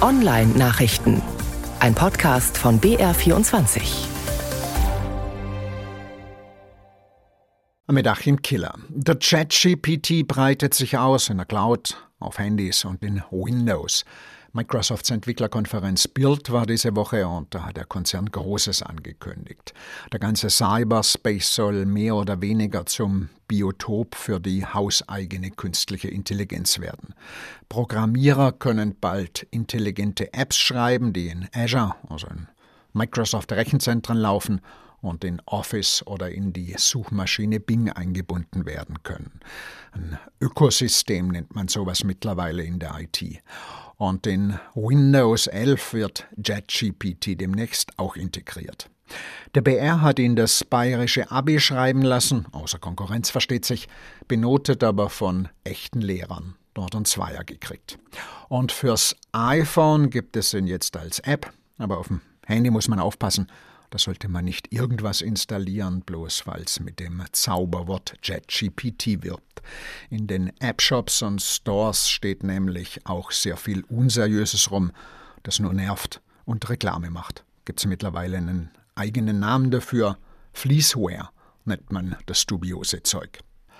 Online-Nachrichten. Ein Podcast von BR24. Mit Achim Killer. Der ChatGPT breitet sich aus in der Cloud, auf Handys und in Windows. Microsofts Entwicklerkonferenz Build war diese Woche und da hat der Konzern Großes angekündigt. Der ganze Cyberspace soll mehr oder weniger zum Biotop für die hauseigene künstliche Intelligenz werden. Programmierer können bald intelligente Apps schreiben, die in Azure, also in Microsoft Rechenzentren laufen und in Office oder in die Suchmaschine Bing eingebunden werden können. Ein Ökosystem nennt man sowas mittlerweile in der IT. Und in Windows 11 wird ChatGPT demnächst auch integriert. Der BR hat ihn das bayerische Abi schreiben lassen, außer Konkurrenz versteht sich, benotet aber von echten Lehrern. Dort ein Zweier gekriegt. Und fürs iPhone gibt es ihn jetzt als App, aber auf dem Handy muss man aufpassen. Da sollte man nicht irgendwas installieren, bloß weil es mit dem Zauberwort ChatGPT wirbt. In den App-Shops und Stores steht nämlich auch sehr viel Unseriöses rum, das nur nervt und Reklame macht. Gibt es mittlerweile einen eigenen Namen dafür? Fleeceware nennt man das dubiose Zeug.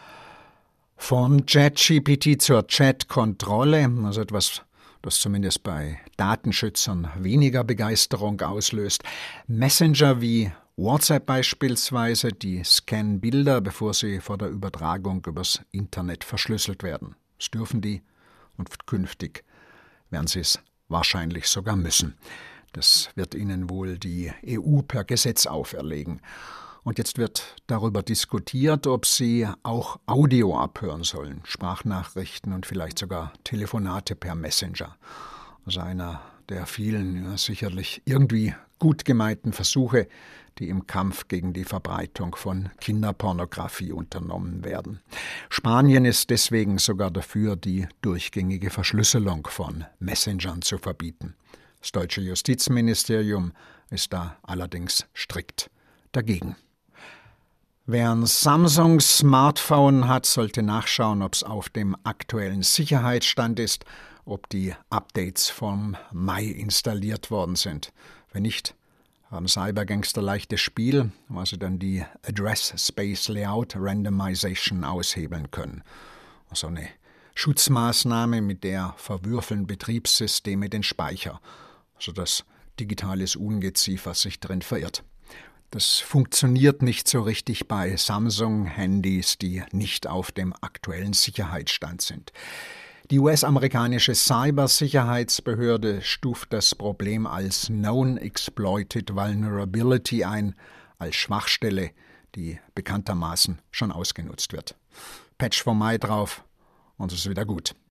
Von ChatGPT zur Chat-Kontrolle, also etwas, das zumindest bei Datenschützern weniger Begeisterung auslöst. Messenger wie WhatsApp beispielsweise, die scannen Bilder, bevor sie vor der Übertragung übers Internet verschlüsselt werden. Das dürfen die und künftig werden sie es wahrscheinlich sogar müssen. Das wird ihnen wohl die EU per Gesetz auferlegen. Und jetzt wird darüber diskutiert, ob sie auch Audio abhören sollen, Sprachnachrichten und vielleicht sogar Telefonate per Messenger. Also einer der vielen, sicherlich irgendwie gut gemeinten Versuche, die im Kampf gegen die Verbreitung von Kinderpornografie unternommen werden. Spanien ist deswegen sogar dafür, die durchgängige Verschlüsselung von Messengern zu verbieten. Das deutsche Justizministerium ist da allerdings strikt dagegen. Wer ein Samsung-Smartphone hat, sollte nachschauen, ob es auf dem aktuellen Sicherheitsstand ist, ob die Updates vom Mai installiert worden sind. Wenn nicht, haben Cybergangster leichtes Spiel, weil sie dann die Address Space Layout Randomization aushebeln können. So eine Schutzmaßnahme, mit der verwürfeln Betriebssysteme den Speicher, sodass digitales Ungeziefer sich drin verirrt. Das funktioniert nicht so richtig bei Samsung-Handys, die nicht auf dem aktuellen Sicherheitsstand sind. Die US-amerikanische Cybersicherheitsbehörde stuft das Problem als Known Exploited Vulnerability ein, als Schwachstelle, die bekanntermaßen schon ausgenutzt wird. Patch vom Mai drauf und es ist wieder gut.